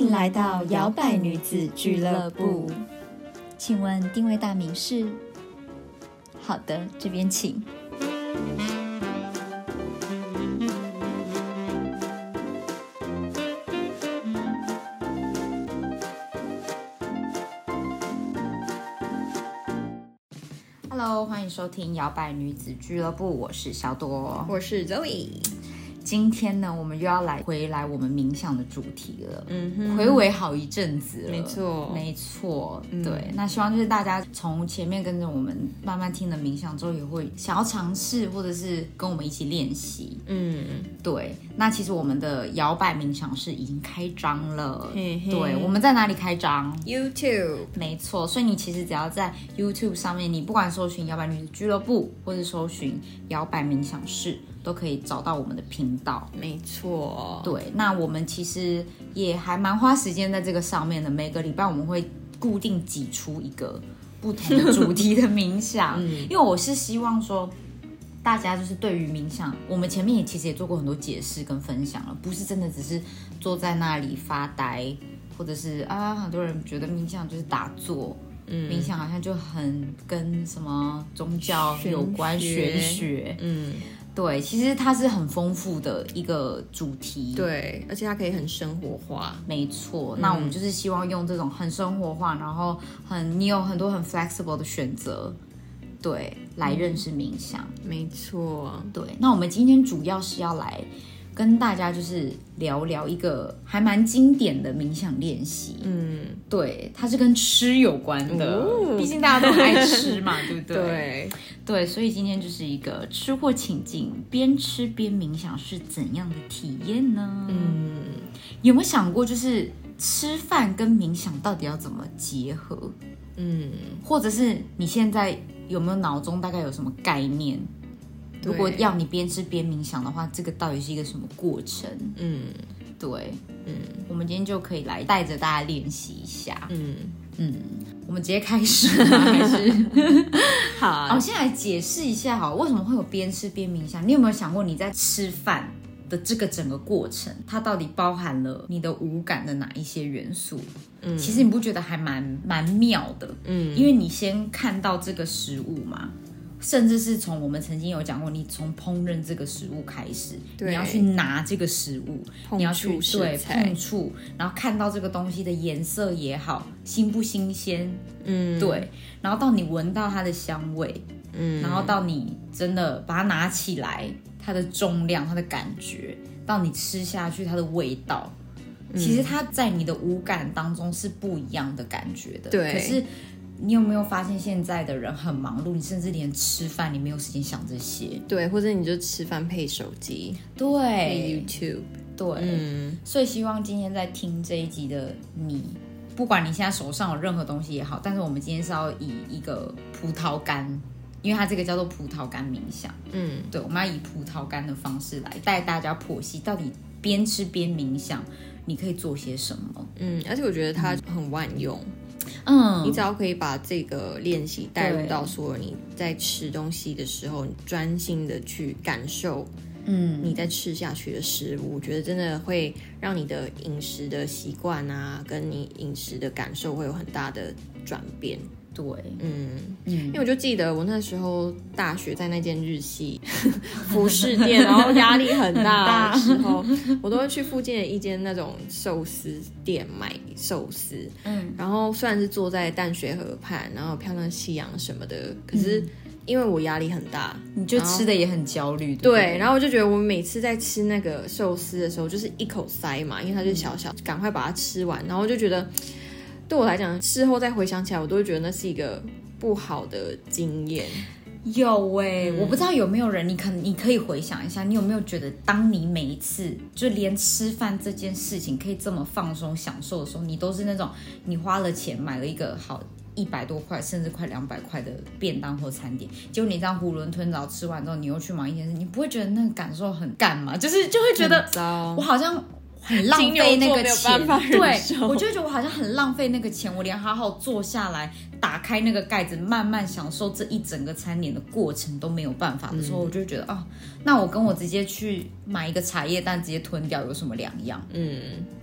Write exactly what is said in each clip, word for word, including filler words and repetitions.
迎来到摇摆女子俱乐部。 请问定位大名是？好的，这边请。Hello， 欢迎收听摇摆女子俱乐部，我是小朵， 我是 Zoe。 今天呢，我们又要来回来我们冥想的主题了。 嗯哼， 睽违好一阵子了， 没错， 没错， 嗯、 对。那希望就是大家从前面跟着我们慢慢听了冥想之后，也会想要尝试，或者是跟我们一起练习。 嗯， 对。那其实我们的摇摆冥想室已经开张了。 嘿嘿， 对，我们在哪里开张 ？YouTube。 没错，所以你其实只要在 YouTube 上面，你不管搜寻摇摆女子俱乐部，或是搜寻摇摆冥想室，都可以找到我们的频道。 没错， 对，那我们其实也还蛮花时间在这个上面的。每个礼拜我们会固定挤出一个不同的主题的冥想，嗯、因为我是希望说，大家就是对于冥想，我们前面也其实也做过很多解释跟分享了，不是真的只是坐在那里发呆，或者是啊，很多人觉得冥想就是打坐。嗯，冥想好像就很跟什么宗教有关，玄学，嗯，对，其实它是很丰富的一个主题， 对，而且它可以很生活化， 没错。嗯、那我们就是希望用这种很生活化，然后很你有很多很 flexible 的选择，对，来认识冥想， 嗯、没错。 对，那我们今天主要是要来跟大家就是聊聊一个还蛮经典的冥想练习，嗯，对，它是跟吃有关的，哦、毕竟大家都很爱吃嘛，对不对？ 对对，所以今天就是一个吃货情境，边吃边冥想是怎样的体验呢？嗯，有没有想过，就是吃饭跟冥想到底要怎么结合？嗯，或者是你现在有没有脑中大概有什么概念？如果要你边吃边冥想的话，这个到底是一个什么过程？嗯，对，嗯，我们今天就可以来带着大家练习一下。嗯嗯，我们直接开始吗？还是好？我、哦、先来解释一下好，为什么会有边吃边冥想？你有没有想过你在吃饭的这个整个过程，它到底包含了你的五感的哪一些元素？嗯，其实你不觉得还蛮蛮妙的？嗯，因为你先看到这个食物嘛。甚至是从我们曾经有讲过，你从烹饪这个食物开始，你要去拿这个食物，你要去对碰触，然后看到这个东西的颜色也好，新不新鲜，嗯，对，然后到你闻到它的香味，嗯，然后到你真的把它拿起来，它的重量、它的感觉，到你吃下去它的味道，嗯、其实它在你的五感当中是不一样的感觉的， 对， 可是。你有没有发现现在的人很忙碌，你甚至连吃饭你没有时间想这些， 对，或者你就吃饭配手机， 对， 配 YouTube， 对，嗯，所以希望今天在听这一集的你，不管你现在手上有任何东西也好，但是我们今天是要以一个葡萄干，因为它这个叫做葡萄干冥想，嗯，对，我们要以葡萄干的方式来带大家剖析到底边吃边冥想你可以做些什么， 嗯，而且我觉得它很万用。 嗯， 你只要可以把这个练习带入到说你在吃东西的时候，你专心的去感受，嗯，你在吃下去的食物，我觉得真的会让你的饮食的习惯啊，跟你饮食的感受会有很大的转变。 对， 嗯嗯，因为我就记得我那时候大学在那间日系服饰店，然后压力很大的时候，我都会去附近的一间那种寿司店买寿司。嗯，然后虽然是坐在淡水河畔，然后漂亮夕阳什么的，可是因为我压力很大， 你就吃的也很焦虑。 对，对，然后我就觉得我每次在吃那个寿司的时候，就是一口塞嘛，因为它就小小，赶快把它吃完，然后我就觉得。对我来讲，事后再回想起来，我都会觉得那是一个不好的经验。 有哎、欸嗯，我不知道有没有人，你可你可以回想一下，你有没有觉得，当你每一次就连吃饭这件事情可以这么放松享受的时候，你都是那种你花了钱买了一个好一百多块，甚至快两百块的便当或餐点，结果你这样囫囵吞枣吃完之后，你又去忙一件事，你不会觉得那个感受很干吗？就是就会觉得我好像。很浪费那个钱，对，我就觉得我好像很浪费那个钱，我连好好坐下来打开那个盖子慢慢享受这一整个餐点的过程都没有办法的时候，嗯、我就觉得哦，那我跟我直接去买一个茶叶蛋直接吞掉有什么两样？嗯，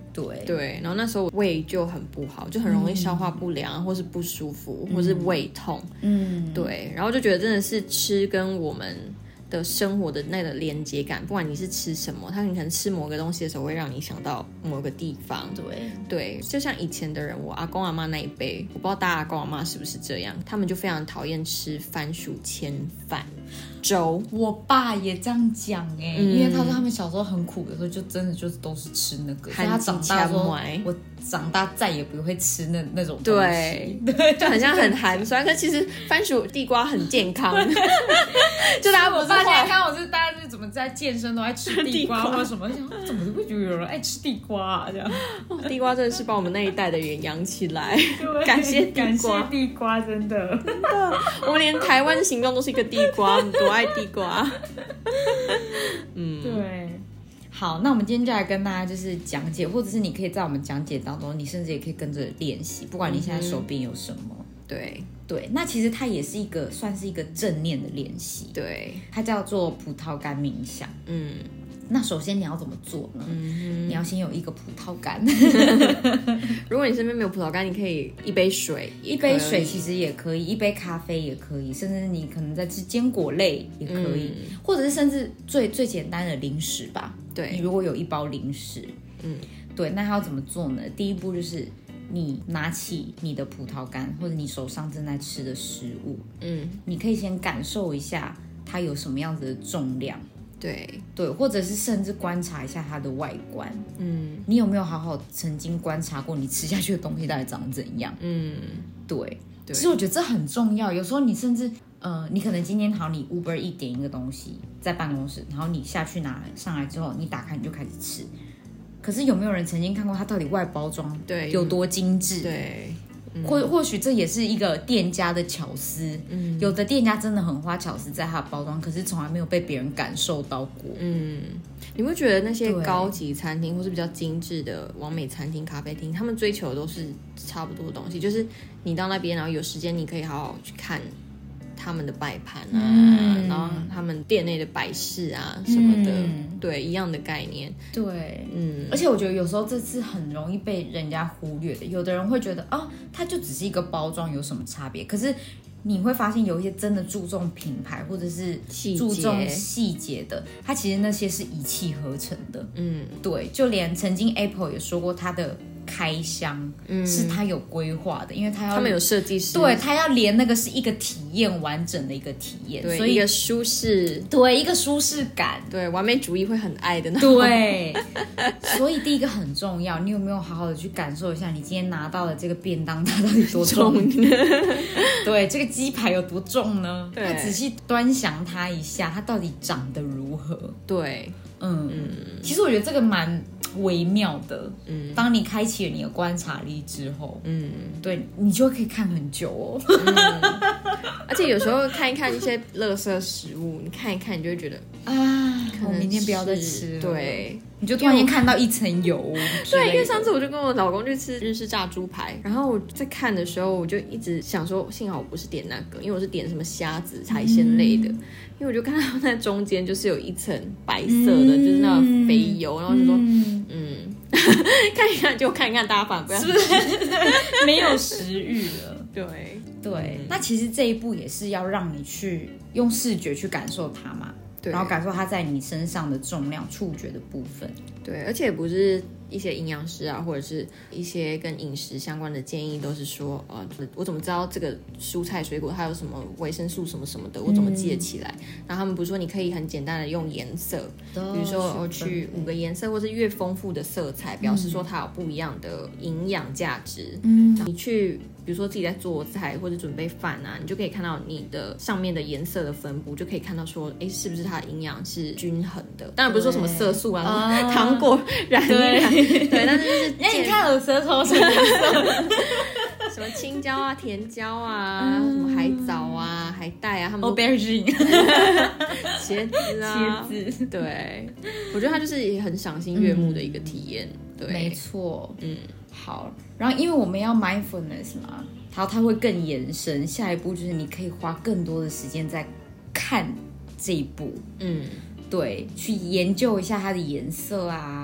对对，然后那时候胃就很不好，就很容易消化不良、嗯、或是不舒服、嗯、或是胃痛。嗯，对，然后就觉得真的是吃跟我们的生活的那个连接感，不管你是吃什么，它可能吃某个东西的时候会让你想到某个地方。 对对，就像以前的人，我阿公阿妈那一辈，我不知道大家阿公阿妈是不是这样，他们就非常讨厌吃番薯千饭粥。 我爸也这样讲哎、欸嗯，因为他说他们小时候很苦的时候，就真的就是都是吃那个。所以他长大说，我长大再也不会吃那那种东西。 对对，就很像很寒酸，可是其实番薯地瓜很健康。就大家不是现在看我是大家是怎么在健身都爱吃地瓜或者什么，想怎么会觉得有人爱吃地瓜、啊、这样、 哦？地瓜真的是把我们那一代的人养起来，感谢地瓜， 感谢地瓜，真的真的，我们连台湾的形状都是一个地瓜，我们多爱地瓜。 嗯，对。好，那我们今天就来跟大家就是讲解，或者是你可以在我们讲解当中，你甚至也可以跟着练习，不管你现在手边有什么。嗯、 对。 对，那其实它也是一个算是一个正念的练习， 对， 它叫做葡萄干冥想。嗯，那首先你要怎么做呢？嗯，你要先有一个葡萄干。 如果你身边没有葡萄干，你可以一杯水， 一杯水其实也可以，一杯咖啡也可以，甚至你可能在吃坚果类也可以，嗯、或者是甚至最最简单的零食吧。 对， 你如果有一包零食，嗯，对，那它要怎么做呢？第一步就是你拿起你的葡萄干，或者你手上正在吃的食物，嗯，你可以先感受一下它有什么样子的重量， 对对，或者是甚至观察一下它的外观，嗯，你有没有好好曾经观察过你吃下去的东西到底长怎样？嗯，对，对，其实我觉得这很重要。有时候你甚至呃，你可能今天好，你 Uber Eats 点一个东西在办公室，然后你下去拿上来之后，你打开你就开始吃。可是有没有人曾经看过它到底外包装有多精致？ 对，嗯、 或或许这也是一个店家的巧思。嗯，有的店家真的很花巧思在它的包装，可是从来没有被别人感受到过。 嗯，你会觉得那些高级餐厅或是比较精致的网美餐厅、咖啡厅，他们追求的都是差不多的东西，就是你到那边，然后有时间你可以好好去看他们的摆盘啊、嗯，然后他们店内的摆饰啊什么的、嗯，对，一样的概念。 对，嗯，而且我觉得有时候这是很容易被人家忽略的。有的人会觉得，哦，它就只是一个包装，有什么差别？可是你会发现，有一些真的注重品牌或者是注重细节的，它其实那些是一气呵成的。嗯，对，就连曾经 Apple 也说过，它的开箱是他有规划的、嗯，因为他要他们有设计师， 对，他要连那个是一个体验完整的一个体验， 对， 所以一个舒适， 对，一个舒适感， 对，完美主义会很爱的那种， 对，所以第一个很重要，你有没有好好的去感受一下，你今天拿到的这个便当它到底多重？对，这个鸡排有多重呢？对，仔细端详它一下，它到底长得如何？ 对， 嗯嗯，其实我觉得这个蛮微妙的，嗯，当你开启了你的观察力之后，嗯，对，你就可以看很久哦， 嗯、而且有时候看一看一些垃圾食物，你看一看，你就会觉得啊，我明天不要再吃了， 对， 你就突然间看到一层油， 对，因为上次我就跟我老公去吃日式炸猪排，然后我在看的时候，我就一直想说，幸好我不是点那个，因为我是点什么虾子、海鲜类的。嗯，因为我就看到那中间就是有一层白色的，嗯、就是那种肥油，然后就说，嗯，嗯看一看就看一看，大家反不要是不是没有食欲了？ 对对、嗯，那其实这一步也是要让你去用视觉去感受它嘛，然后感受它在你身上的重量、触觉的部分。 对，而且也不是一些营养师啊，或者是一些跟饮食相关的建议，都是说，呃，我怎么知道这个蔬菜水果它有什么维生素什么什么的，我怎么记得起来？嗯、然后他们不是说你可以很简单的用颜色，比如说我去五个颜色，或是越丰富的色彩，表示说它有不一样的营养价值。嗯，你去。比如说自己在做菜或者准备饭啊，你就可以看到你的上面的颜色的分布，就可以看到说，哎，是不是它的营养是均衡的？当然不是说什么色素啊、啊糖果染一染，对，对，但是就是， 那你看我舌头什么颜色？ 什么青椒啊、甜椒啊、嗯、什么海藻啊、海带啊，他们都 aubergine 茄子啊， 茄子， 对，我觉得它就是也很赏心悦目的一个体验，嗯、对， 没错，嗯。好，然后因为我们要 mindfulness 嘛，然后它会更延伸，下一步就是你可以花更多的时间在看这一步，嗯，对，去研究一下它的颜色啊，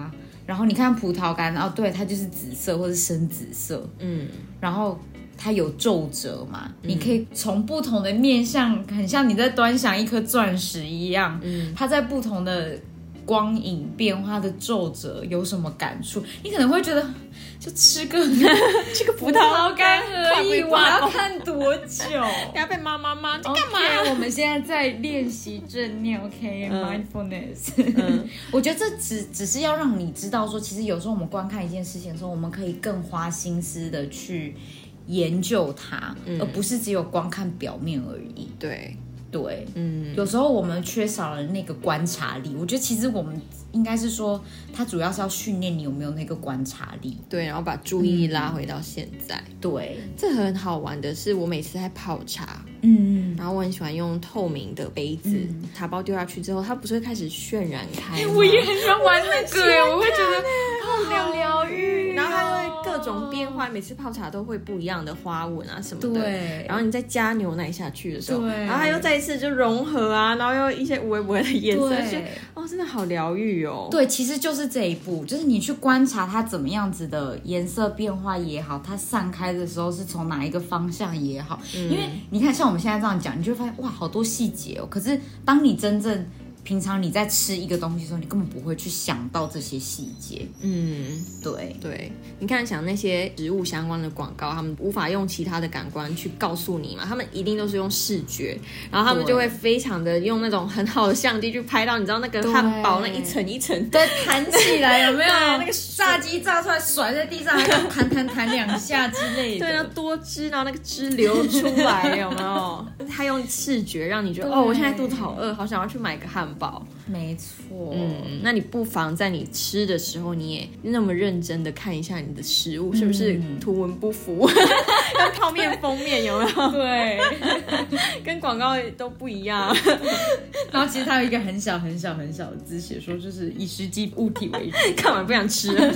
然后你看葡萄干，哦，对，它就是紫色或是深紫色，嗯，然后它有皱褶嘛，嗯、你可以从不同的面向，很像你在端详一颗钻石一样，嗯，它在不同的光影变化的皱褶有什么感触？你可能会觉得，就吃个这个葡萄干而已，我要看多久？ 等下被妈妈骂，你干嘛？ Okay, 我们现在在练习正念 ，OK， mindfulness。嗯、我觉得这只只是要让你知道说，其实有时候我们观看一件事情的时候，我们可以更花心思的去研究它，嗯、而不是只有光看表面而已。 对。 对，嗯，有时候我们缺少了那个观察力。我觉得其实我们应该是说，它主要是要训练你有没有那个观察力， 对，然后把注意力拉回到现在。嗯、 对， 这很好玩的是，我每次在泡茶，嗯，然后我很喜欢用透明的杯子，嗯、茶包丢下去之后，它不是会开始渲染开吗？ 我也很喜欢玩那个，我会觉得好疗愈， 然后它会各种变化，每次泡茶都会不一样的花纹啊什么的。 对， 然后你再加牛奶下去的时候，然后它又再一次就融合啊，然后又一些无微不微的颜色，就哦，真的好疗愈哦。 对，其实就是这一步，就是你去观察它怎么样子的颜色变化也好，它散开的时候是从哪一个方向也好，嗯、因为你看像我们现在这样讲，你就会发现哇，好多细节哦。可是当你真正平常你在吃一个东西的时候，你根本不会去想到这些细节。嗯，对对，你看想那些食物相关的广告，他们无法用其他的感官去告诉你嘛，他们一定都是用视觉，然后他们就会非常的用那种很好的相机去拍到，你知道那个汉堡那一层一层对弹起来有没有？那个炸鸡炸出来甩在地上，还要弹弹弹两下之类的。 对，然后多汁，然后那个汁流出来，有没有？他用视觉让你觉得哦，我现在肚子好饿，好想要去买个汉堡。 没错， 嗯，那你不妨在你吃的时候，你也那么认真的看一下你的食物是不是图文不符，跟泡面封面有没有？ 对， 跟广告都不一样。 然后其实它有一个很小很小很小的字写说，就是以实际物体为主， 看完不想吃了。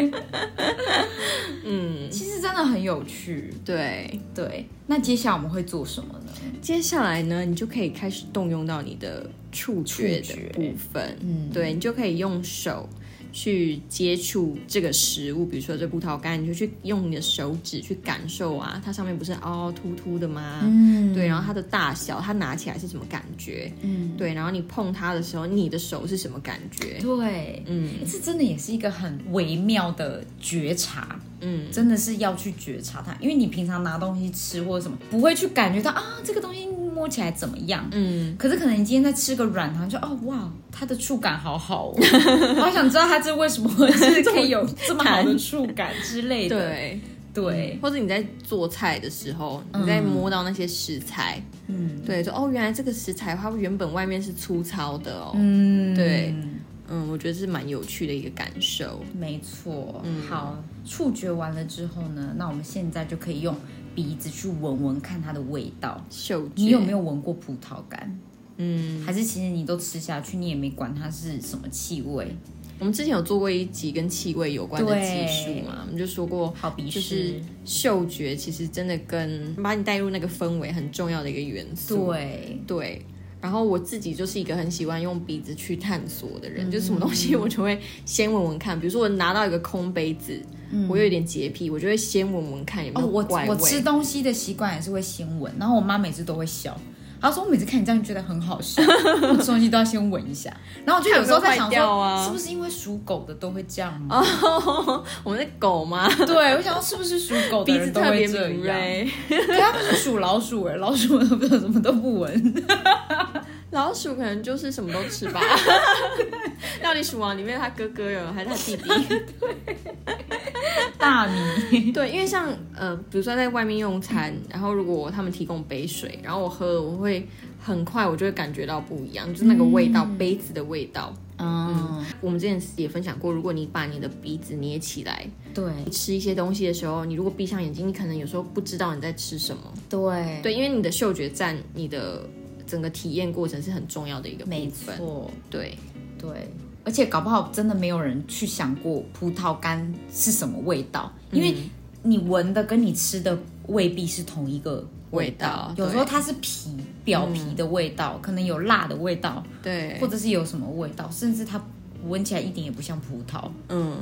嗯，其实真的很有趣。 对对，那接下来我们会做什么呢？ 接下来呢，你就可以开始动用到你的触觉的部分，嗯，对，你就可以用手去接触这个食物，比如说这葡萄干，你就去用你的手指去感受啊，它上面不是凹凹凸凸的吗？嗯，对，然后它的大小，它拿起来是什么感觉？嗯，对，然后你碰它的时候，你的手是什么感觉？ 对，嗯，这真的也是一个很微妙的觉察。嗯，真的是要去觉察它，因为你平常拿东西吃或者什么，不会去感觉到啊这个东西摸起来怎么样。嗯，可是可能你今天在吃个软糖，就哦哇，它的触感好好哦，我好想知道它这为什么是可以有这么好的触感之类的。 对对、 嗯，或者你在做菜的时候，你在摸到那些食材，嗯，对，说哦原来这个食材它原本外面是粗糙的哦，嗯，对。嗯，我觉得是蛮有趣的一个感受。 没错，嗯，好，触觉完了之后呢，那我们现在就可以用鼻子去闻闻看它的味道。 嗅觉， 你有没有闻过葡萄干？嗯，还是其实你都吃下去，你也没管它是什么气味？ 我们之前有做过一集跟气味有关的集数嘛，我们就说过， 好鼻屎， 就是嗅觉其实真的跟把你带入那个氛围很重要的一个元素。 对对。然后我自己就是一个很喜欢用鼻子去探索的人，嗯、就什么东西我就会先闻闻看。比如说我拿到一个空杯子，嗯、我有一点洁癖，我就会先闻闻看有没有怪味。 哦、我, 我吃东西的习惯也是会先闻，然后我妈每次都会笑。她说我每次看你这样觉得很好笑，我吃东西都要先闻一下。然后我就有时候在想说，啊、是不是因为属狗的都会这样吗？ 哦，我们是狗吗？ 对，我想说是不是属狗的人都会这样？可他们是属老鼠哎，老鼠都不知道什么都不闻。 老鼠可能就是什么都吃吧。料理鼠王里面他哥哥有还是他弟弟？ 大米。 对，因为像呃，比如说在外面用餐，然后如果他们提供杯水，然后我喝，我会很快我就会感觉到不一样，就是那个味道，嗯、杯子的味道。嗯, 嗯，我们之前也分享过，如果你把你的鼻子捏起来， 对， 你吃一些东西的时候，你如果闭上眼睛，你可能有时候不知道你在吃什么。 对， 对，因为你的嗅觉占你的整个体验过程是很重要的一个部分。 没错， 对对，而且搞不好真的没有人去想过葡萄干是什么味道，因为你闻的跟你吃的未必是同一个味道，有时候它是皮表皮的味道，嗯、可能有辣的味道， 对， 或者是有什么味道，甚至它闻起来一点也不像葡萄。嗯，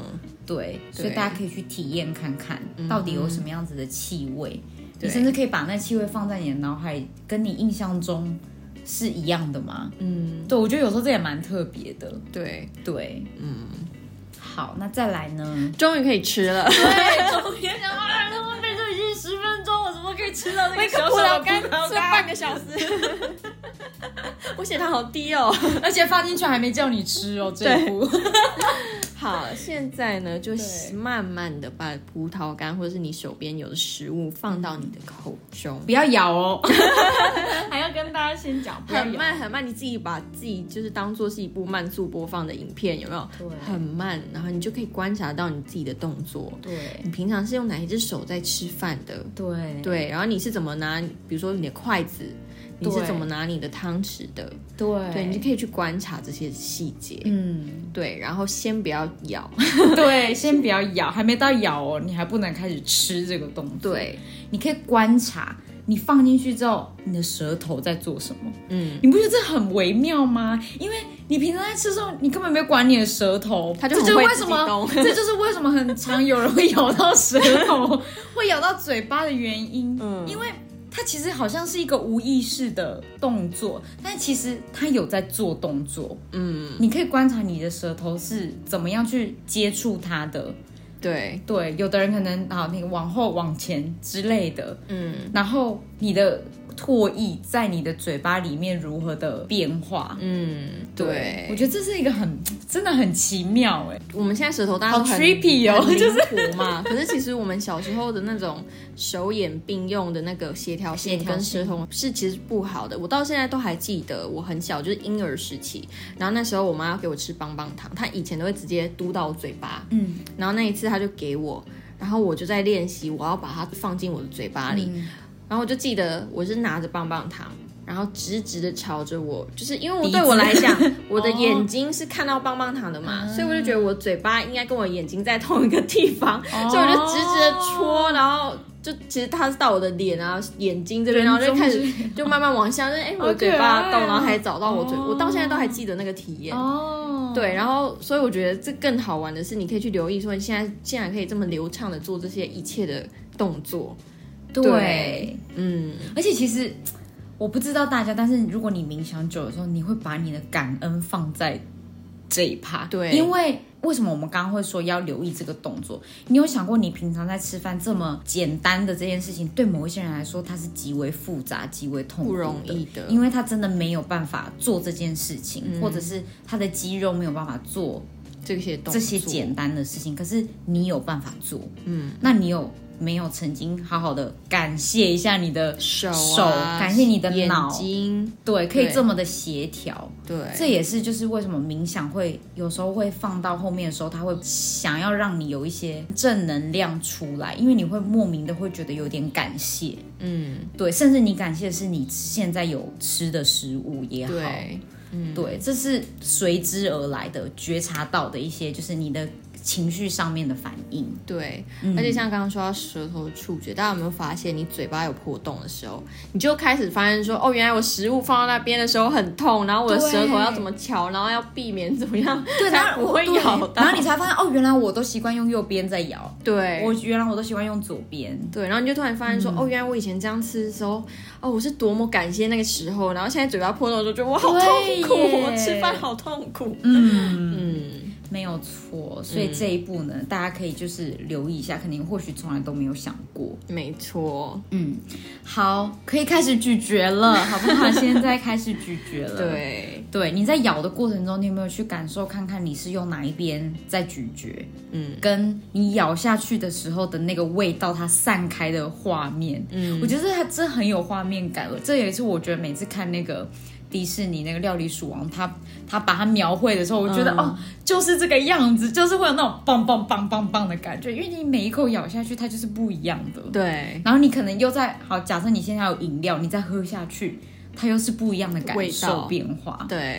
对，所以大家可以去体验看看到底有什么样子的气味，你甚至可以把那气味放在你的脑海，跟你印象中是一样的吗？嗯，对，我觉得有时候这也蛮特别的。 对对，嗯，好，那再来呢？ 终于可以吃了。 对，终于想啊，那么被这已经十分钟，我怎么可以吃到那个小葡小的萄干？ 葡萄吃了半个小时，我血糖好低哦， 而且放进去还没叫你吃哦，这一步。 好，现在呢，就慢慢的把葡萄干或者是你手边有的食物放到你的口中， 不要咬哦。还要跟大家先讲， 很慢很慢，你自己把自己就是当做是一部慢速播放的影片，有没有？ 对， 很慢，然后你就可以观察到你自己的动作。 对， 你平常是用哪一只手在吃饭的？ 对对，然后你是怎么拿，比如说你的筷子。你是怎么拿你的汤匙的？ 对， 对，你就可以去观察这些细节。嗯，对，然后先不要咬， 对，先不要咬，还没到咬哦，你还不能开始吃这个动作。 对， 你可以观察，你放进去之后，你的舌头在做什么？嗯，你不觉得这很微妙吗？因为你平常在吃的时候，你根本没有管你的舌头， 它就很会自己动。 这就是为什么很常有人会咬到舌头，会咬到嘴巴的原因。嗯，因为它其实好像是一个无意识的动作，但其实它有在做动作。嗯，你可以观察你的舌头是怎么样去接触它的。 对对，有的人可能啊，你往后往前之类的。嗯，然后你的唾液在你的嘴巴里面如何的变化。嗯，对，对，我觉得这是一个很真的很奇妙哎。 我们现在舌头大家都很好 trippy 哦， 很灵活嘛。可是其实我们小时候的那种手眼并用的那个协调性跟舌头是其实不好的。我到现在都还记得，我很小就是婴儿时期，然后那时候我妈要给我吃棒棒糖，她以前都会直接嘟到我嘴巴。嗯，然后那一次她就给我，然后我就在练习我要把它放进我的嘴巴里。嗯，然后我就记得我是拿着棒棒糖，然后直直的朝着我，就是因为我对我来讲，我的眼睛是看到棒棒糖的嘛，所以我就觉得我嘴巴应该跟我眼睛在同一个地方，哦，所以我就直直的戳，然后就其实它是到我的脸啊、眼睛这边，然后就开始就慢慢往下，就是哎，我的嘴巴动，然后还找到我嘴，哦，我到现在都还记得那个体验。哦，对，然后所以我觉得这更好玩的是，你可以去留意说，你现在竟然可以这么流畅的做这些一切的动作。 对，对，嗯，而且其实我不知道大家，但是如果你冥想久的时候，你会把你的感恩放在这一趴。 对， 因为为什么我们刚刚会说要留意这个动作？你有想过，你平常在吃饭这么简单的这件事情，对某一些人来说，它是极为复杂、极为痛苦的， 不容易的， 因为他真的没有办法做这件事情，嗯，或者是他的肌肉没有办法做这些动作这些简单的事情，可是你有办法做。嗯，那你有没有曾经好好的感谢一下你的手、 手啊、感谢你的脑、 眼睛， 对，可以这么的协调。 对， 这也是就是为什么冥想会有时候会放到后面的时候，他会想要让你有一些正能量出来，因为你会莫名的会觉得有点感谢。嗯，对，甚至你感谢的是你现在有吃的食物也好。对，嗯，对，这是随之而来的觉察到的一些，就是你的情绪上面的反应。 对，嗯，而且像刚刚说到舌头的触觉，大家有没有发现，你嘴巴有破洞的时候，你就开始发现说，哦，原来我食物放到那边的时候很痛，然后我的舌头要怎么敲，然后要避免怎么样才不会咬到， 然后你才发现，哦，原来我都习惯用右边在咬， 对， 我原来我都习惯用左边， 对，然后你就突然发现说，嗯，哦，原来我以前这样吃的时候，哦，我是多么感谢那个时候，然后现在嘴巴破洞的时候，觉得我好痛苦，我吃饭好痛苦。嗯嗯，没有错，所以这一步呢，嗯，大家可以就是留意一下，肯定或许从来都没有想过。 没错， 嗯，好，可以开始咀嚼了，好不好？现在开始咀嚼了。 对对，你在咬的过程中，你有没有去感受看看你是用哪一边在咀嚼？嗯，跟你咬下去的时候的那个味道，它散开的画面，嗯，我觉得它这很有画面感了。这也是我觉得每次看那个迪士尼那个料理鼠王，他他把它描绘的时候，我觉得，嗯，哦，就是这个样子，就是会有那种棒棒棒棒棒的感觉，因为你每一口咬下去，它就是不一样的。 对， 然后你可能又在好，假设你现在有饮料，你再喝下去，它又是不一样的感受变化。 对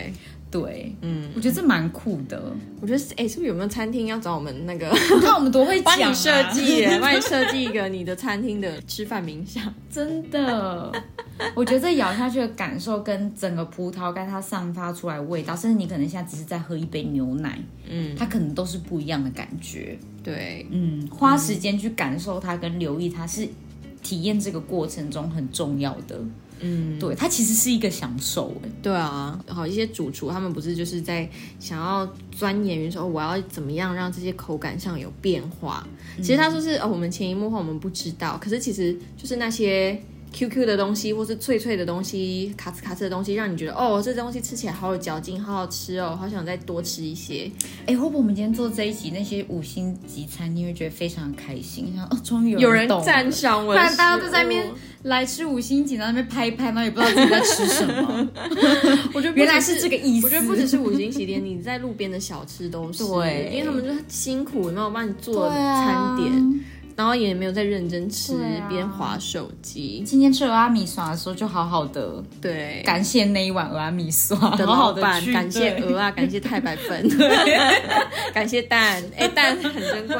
对，嗯，我觉得这蛮酷的。 我觉得哎、欸，是不是有没有餐厅要找我们那个？ 你看我们多会讲、啊， 帮你设计，帮你设计一个你的餐厅的吃饭冥想， 真的。我觉得这咬下去的感受跟整个葡萄干它散发出来的味道，甚至你可能现在只是在喝一杯牛奶，嗯，它可能都是不一样的感觉。 对， 嗯，花时间去感受它跟留意它是体验这个过程中很重要的。嗯，对，它其实是一个享受哎。 对啊，好一些主厨他们不是就是在想要钻研于说、哦、我要怎么样让这些口感上有变化。嗯、其实他说是、哦、我们潜移默化我们不知道，可是其实就是那些 Q Q 的东西或是脆脆的东西卡哧卡哧的东西，让你觉得哦这东西吃起来好有嚼劲，好好吃哦，好想再多吃一些。 哎，会不会我们今天做这一集那些五星级餐厅会觉得非常的开心，想哦终于有人有人赞赏我的食物， 不然大家都在那边来吃五星级，然后在那边拍一拍，然后也不知道自己在吃什么。 我觉得原来是这个意思。 我觉得不只是五星级店，你在路边的小吃都是，对，因为他们就辛苦，有没有帮你做餐点。然后也没有在认真吃，边、啊、滑手机。 今天吃蚵仔米刷的时候，就好好的对感谢那一碗蚵仔米刷的老板，感谢蚵仔，感谢太白粉，感谢蛋，哎，蛋很珍贵。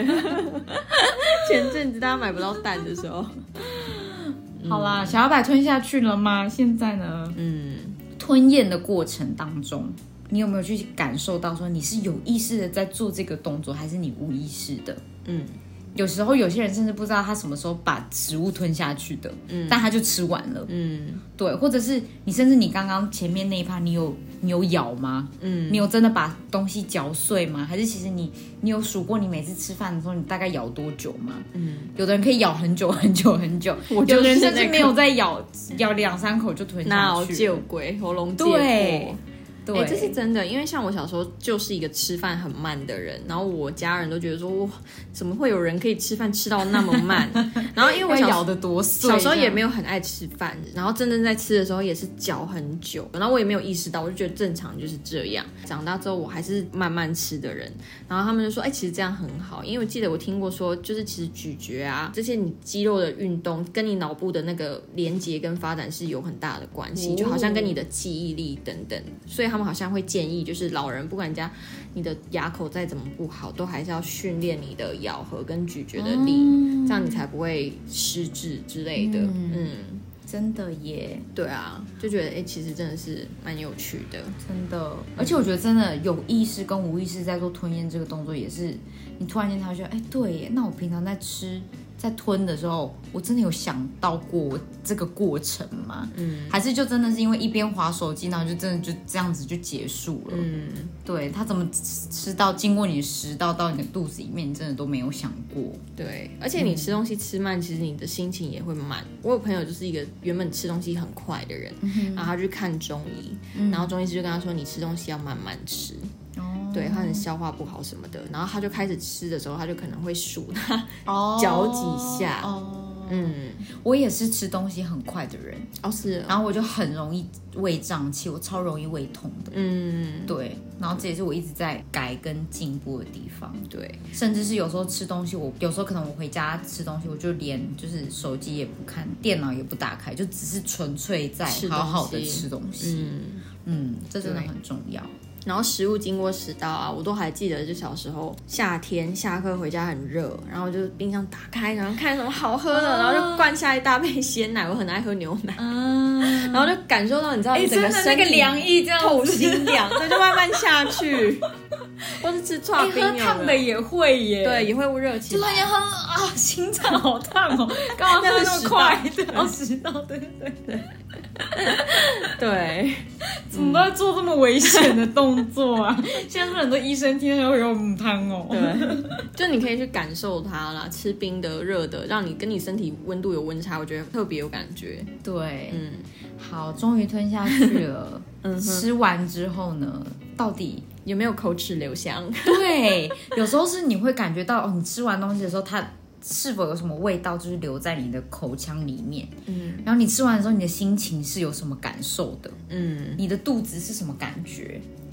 前阵子大家买不到蛋的时候， 嗯、好啦，小摇摆吞下去了吗？现在呢？嗯，吞咽的过程当中，你有没有去感受到说你是有意识的在做这个动作，还是你无意识的？嗯。有时候有些人甚至不知道他什么时候把食物吞下去的，嗯，但他就吃完了，嗯，对，或者是你甚至你刚刚前面那一趴，你有你有咬吗？嗯，你有真的把东西嚼碎吗？还是其实你你有数过你每次吃饭的时候你大概咬多久吗？嗯，有的人可以咬很久很久很久，我有的人甚至没有在咬咬两三口就吞下去， 救鬼喉咙结破。 对。 对、欸，这是真的，因为像我小时候就是一个吃饭很慢的人，然后我家人都觉得说，哇，怎么会有人可以吃饭吃到那么慢？然后因为我小咬得多碎， 小时候也没有很爱吃饭，然后真正在吃的时候也是嚼很久，然后我也没有意识到，我就觉得正常就是这样。长大之后我还是慢慢吃的人，然后他们就说，哎、欸，其实这样很好，因为我记得我听过说，就是其实咀嚼啊这些你肌肉的运动跟你脑部的那个连接跟发展是有很大的关系，就好像跟你的记忆力等等，所以他们好像会建议，就是老人不管家你的牙口再怎么不好，都还是要训练你的咬合跟咀嚼的力，嗯、这样你才不会失智之类的。嗯，嗯真的耶。 对啊，就觉得哎、欸，其实真的是蛮有趣的， 真的。而且我觉得真的有意识跟无意识在做吞咽这个动作，也是你突然间才会觉得，哎，对耶，那我平常在吃。在吞的时候，我真的有想到过这个过程吗？嗯，还是就真的是因为一边滑手机，然后就真的就这样子就结束了。嗯，对，它怎么吃到经过你的食道到你的肚子里面，你真的都没有想过。 对，而且你吃东西吃慢，嗯、其实你的心情也会慢。我有朋友就是一个原本吃东西很快的人，嗯、然后他去看中医，嗯、然后中医师就跟他说，你吃东西要慢慢吃。对，他很消化不好什么的，然后他就开始吃的时候，他就可能会数他嚼几下。哦， 嗯，我也是吃东西很快的人。 哦，是哦。 然后我就很容易胃胀气，我超容易胃痛的。嗯，对。然后这也是我一直在改跟进步的地方。 对， 甚至是有时候吃东西，我有时候可能我回家吃东西，我就连就是手机也不看，电脑也不打开，就只是纯粹在好好的吃东西。嗯嗯，这真的很重要。 然后食物经过食道啊，我都还记得，就小时候夏天下课回家很热，然后就冰箱打开，然后看什么好喝的，然后就灌下一大杯鲜奶，我很爱喝牛奶，嗯、然后就感受到你知道整个身体凉意这样透心凉，对，就慢慢下去。或是吃剉冰， 喝烫的也会耶， 对，也会热起来， 就突然间喝啊，心脏好烫哦，干嘛喝那么快？对，食道，对对对对， 怎么都在做这么危险的动作啊？现在很多医生听到会有母汤哦。 对，就你可以去感受它啦，吃冰的、热的，让你跟你身体温度有温差，我觉得特别有感觉。 对，嗯，好，终于吞下去了。嗯，吃完之后呢，到底有没有口齿留香？ 对，有时候是你会感觉到，哦，你吃完东西的时候，它是否有什么味道，就是留在你的口腔里面。嗯，然后你吃完的时候，你的心情是有什么感受的？嗯，你的肚子是什么感觉？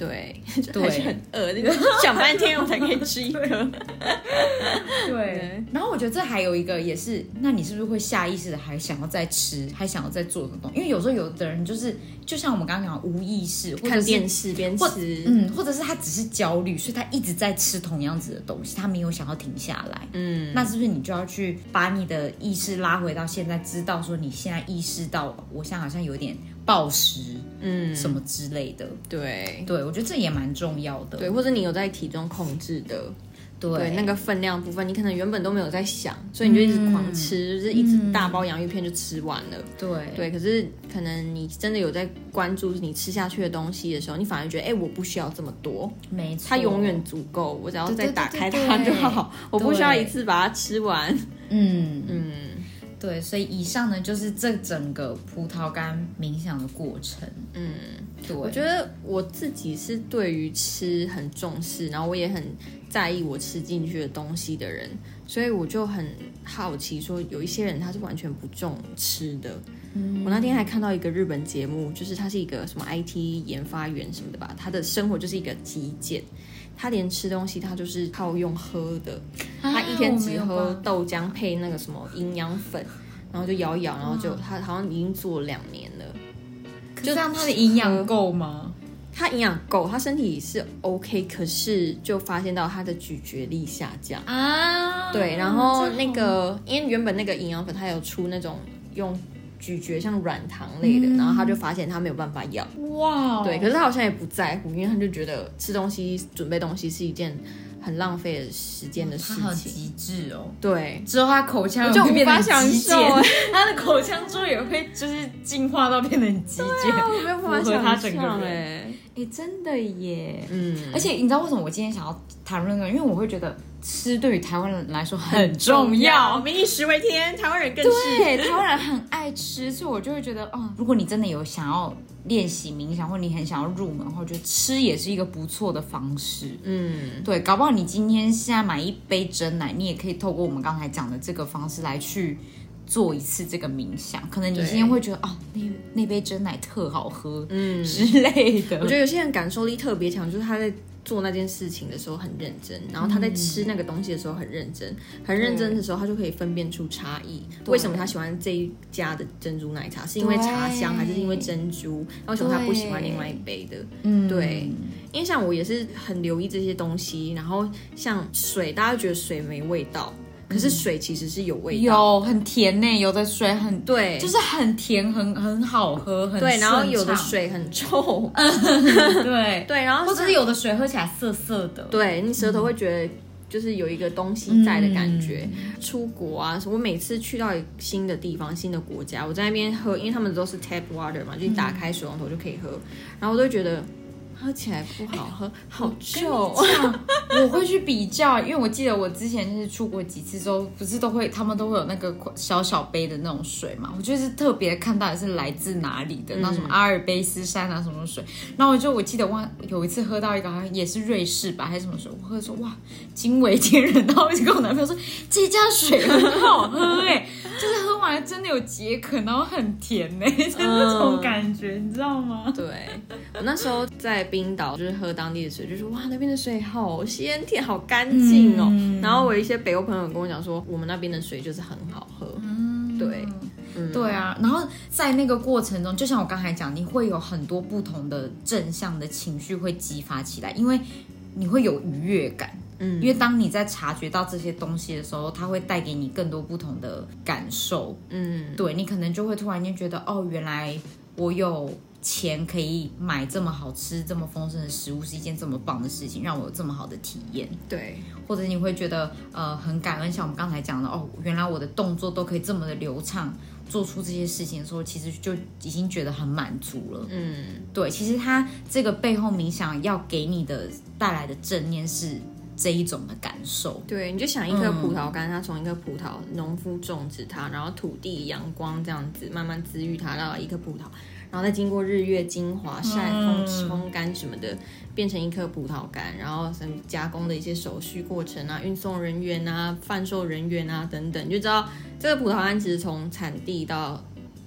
对，对，还是很饿，想半天我才可以吃一颗。 对，对，然后我觉得这还有一个也是，那你是不是会下意识的还想要再吃，还想要再做什么东西？因为有时候有的人就是就像我们刚刚讲无意识，或者看电视边吃， 嗯，或者是他只是焦虑，所以他一直在吃同样子的东西，他没有想要停下来。嗯，那是不是你就要去把你的意识拉回到现在，知道说你现在意识到我现在好像有点暴食，嗯，什么之类的。 对对，我觉得这也蛮重要的。 对，或者你有在体重控制的。对, 对那个分量部分，你可能原本都没有在想，所以你就一直狂吃，嗯、就是一直大包洋芋片就吃完了。 对对，可是可能你真的有在关注你吃下去的东西的时候，你反而觉得，哎、欸，我不需要这么多， 没错， 它永远足够，我只要再打开它就好，我不需要一次把它吃完。 嗯嗯，对，所以以上呢就是这整个葡萄干冥想的过程。嗯，对， 我觉得我自己是对于吃很重视，然后我也很在意我吃进去的东西的人，所以我就很好奇说有一些人他是完全不重吃的。嗯，我那天还看到一个日本节目，就是他是一个什么 I T 研发员什么的吧，他的生活就是一个极简，他连吃东西他就是靠用喝的，他一天只喝豆浆配那个什么营养粉，然后就摇一摇，然后就他好像已经做了两年了。 就这样他的营养够吗？ 他营养够，他身体是 OK， 可是就发现到他的咀嚼力下降啊。对，然后那个因为原本那个营养粉他有出那种用咀嚼像软糖类的，嗯、然后他就发现他没有办法咬。哇，对，可是他好像也不在乎，因为他就觉得吃东西、准备东西是一件很浪费时间的事情。 他好极致哦。 对， 之后他口腔就无法享受， 他的口腔之后也会就是进化到变得很极简， 啊、我没有办法想象哎。哎，真的耶，嗯，而且你知道为什么我今天想要谈论这个？因为我会觉得吃对于台湾人来说很重要， 民以食为天，台湾人更是。 对，台湾人很爱吃，所以我就会觉得，哦，如果你真的有想要练习冥想，或你很想要入门的话，我觉得吃也是一个不错的方式。嗯，对，搞不好你今天现在买一杯珍奶，你也可以透过我们刚才讲的这个方式来去做一次这个冥想，可能你今天会觉得哦，那那杯珍奶特好喝，嗯之类的。 我觉得有些人感受力特别强，就是他在做那件事情的时候很认真，然后他在吃那个东西的时候很认真，很认真的时候他就可以分辨出差异。为什么他喜欢这一家的珍珠奶茶？是因为茶香，还是因为珍珠？为什么他不喜欢另外一杯的？嗯，对。因为像我也是很留意这些东西，然后像水，大家觉得水没味道。可是水其实是有味道， 有很甜呢，有的水很对， 就是很甜，很很好喝，很对，然后有的水很臭， 对对，然后或者是有的水喝起来涩涩的， 对你舌头会觉得就是有一个东西在的感觉。嗯、出国啊，我每次去到新的地方、新的国家，我在那边喝，因为他们都是 tap water 嘛，就打开水龙头就可以喝，然后我都会觉得。喝起来不好喝，好臭。 我会去比较，因为我记得我之前就是出国几次之后，不是都会他们都会有那个小小杯的那种水嘛，我就是特别看到底是来自哪里的，那、嗯、什么阿尔卑斯山啊什么水，然后我就我记得我有一次喝到一个好像也是瑞士吧还是什么水，我喝的时候哇惊为天人，然后我就跟我男朋友说这家水很好喝哎、欸，就是喝完了真的有解渴，然后很甜哎、欸，就是那种感觉，你知道吗？ 对，我那时候在冰岛就是喝当地的水，就说哇那边的水好鲜甜好干净哦、嗯、然后我有一些北欧朋友跟我讲说我们那边的水就是很好喝。嗯，对、 嗯、对啊，然后在那个过程中就像我刚才讲，你会有很多不同的正向的情绪会激发起来，因为你会有愉悦感。嗯，因为当你在察觉到这些东西的时候，它会带给你更多不同的感受。嗯，对，你可能就会突然间觉得哦原来我有钱可以买这么好吃这么丰盛的食物是一件这么棒的事情，让我有这么好的体验。 对， 或者你会觉得呃很感恩，像我们刚才讲的哦，原来我的动作都可以这么的流畅，做出这些事情的时候，其实就已经觉得很满足了。嗯，对，其实它这个背后冥想要给你的带来的正念是这一种的感受。 对，你就想一颗葡萄干、嗯、它从一颗葡萄农夫种植它，然后土地阳光这样子慢慢滋育它到一颗葡萄，然后再经过日月精华晒风风干什么的变成一颗葡萄干，然后加工的一些手续过程啊，运送人员啊，贩售人员啊等等，你就知道这个葡萄干其实从产地到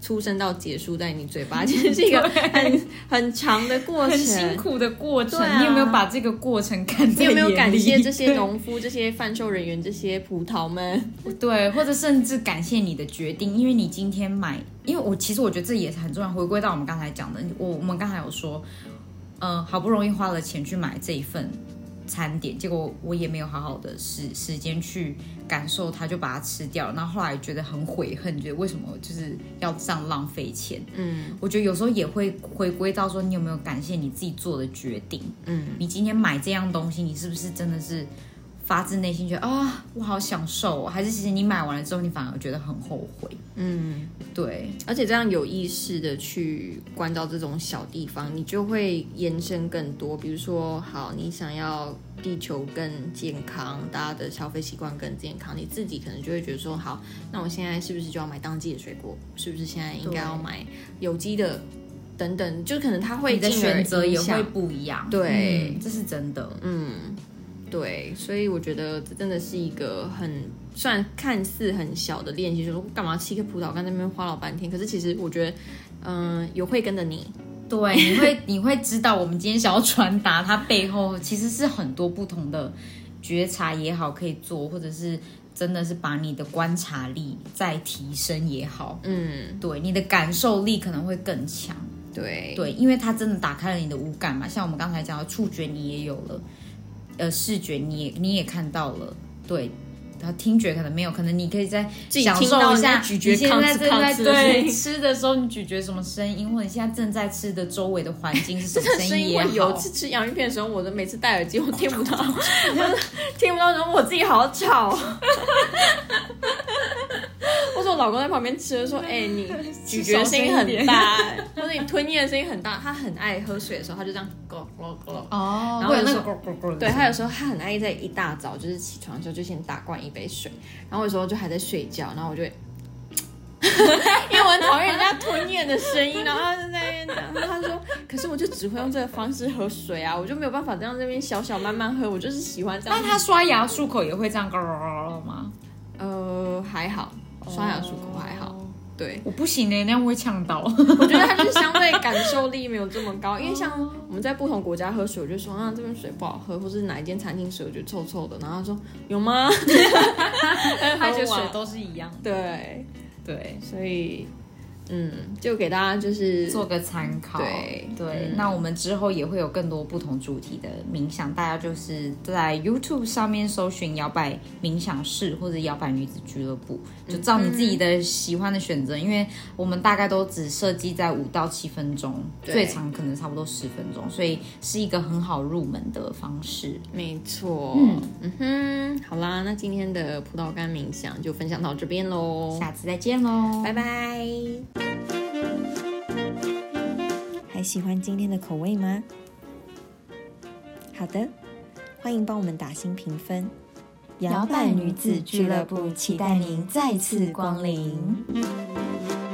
出生到结束在你嘴巴，其实是一个很很长的过程， 很辛苦的过程、 啊、 你有没有把这个过程看在眼里？ 你有没有感谢这些农夫、这些贩售人员、这些葡萄们？ 对，或者甚至感谢你的决定，因为你今天买，因为我其实我觉得这也是很重要。回归到我们刚才讲的，我我们刚才有说，嗯、呃，好不容易花了钱去买这一份餐点，结果我也没有好好的时时间去感受它，就把它吃掉了。然后后来觉得很悔恨，觉得为什么就是要这样浪费钱？嗯，我觉得有时候也会回归到说，你有没有感谢你自己做的决定？嗯，你今天买这样东西，你是不是真的是发自内心觉得啊，我好享受、哦，还是其实你买完了之后，你反而觉得很后悔？嗯，对， 而且这样有意识的去关照这种小地方，你就会延伸更多。比如说，好，你想要地球更健康，大家的消费习惯更健康，你自己可能就会觉得说，好，那我现在是不是就要买当季的水果？是不是现在应该要买有机的？等等，就可能它会你的选择也会不一样。 对、 嗯，这是真的。嗯。 对，所以我觉得这真的是一个很虽然看似很小的练习，就是干嘛吃一个葡萄干在那边花老半天，可是其实我觉得，嗯、呃，有慧根的你， 对，你会你会知道我们今天想要传达它背后其实是很多不同的觉察也好可以做，或者是真的是把你的观察力再提升也好，嗯，对，你的感受力可能会更强。 对对，因为它真的打开了你的五感嘛，像我们刚才讲的触觉你也有了。呃，视觉你也你也看到了，对，然后听觉可能没有，可能你可以再享受一下。 咀嚼你现在正在对吃的时候，你咀嚼什么声音，或者你现在正在吃的周围的环境是什么声音也好。 有次吃洋芋片的时候，我的每次戴耳机我听不到，听不到，然后我自己好吵。或者我老公在旁边吃的说：“哎、欸，你咀嚼声音很大，或者你吞咽的声音很大。”他很爱喝水的时候，他就这样咕咕咕哦，然后有时候对他有时候他很爱在一大早就是起床的时候就先打灌一杯水，然后有时候就还在睡觉，然后我就会。因为我很讨厌人家吞咽的声音，然后他就在那边讲，然后他说：“可是我就只会用这个方式喝水啊，我就没有办法这样这边小小慢慢喝，我就是喜欢这样。” 那他刷牙漱口也会这样咕咕咕吗？ 呃，还好。刷牙漱口还好，对， 我不行嘞，那样会呛到。 我觉得它就是相对感受力没有这么高，因为像我们在不同国家喝水，我就说啊这边水不好喝，或是哪一间餐厅水我觉得臭臭的，然后他说有吗？ 他觉得水都是一样的。 对对， 所以嗯，就给大家就是做个参考。 对对、嗯，那我们之后也会有更多不同主题的冥想，大家就是在 YouTube 上面搜寻摇摆冥想室或者摇摆女子俱乐部，就照你自己的喜欢的选择、嗯、因为我们大概都只设计在五到七分钟，最长可能差不多十分钟，所以是一个很好入门的方式。 没错，嗯嗯哼，好啦，那今天的葡萄干冥想就分享到这边咯， 下次再见咯， 拜拜。还喜欢今天的口味吗？好的，欢迎帮我们打星评分。摇摆女子俱乐部期待您再次光临。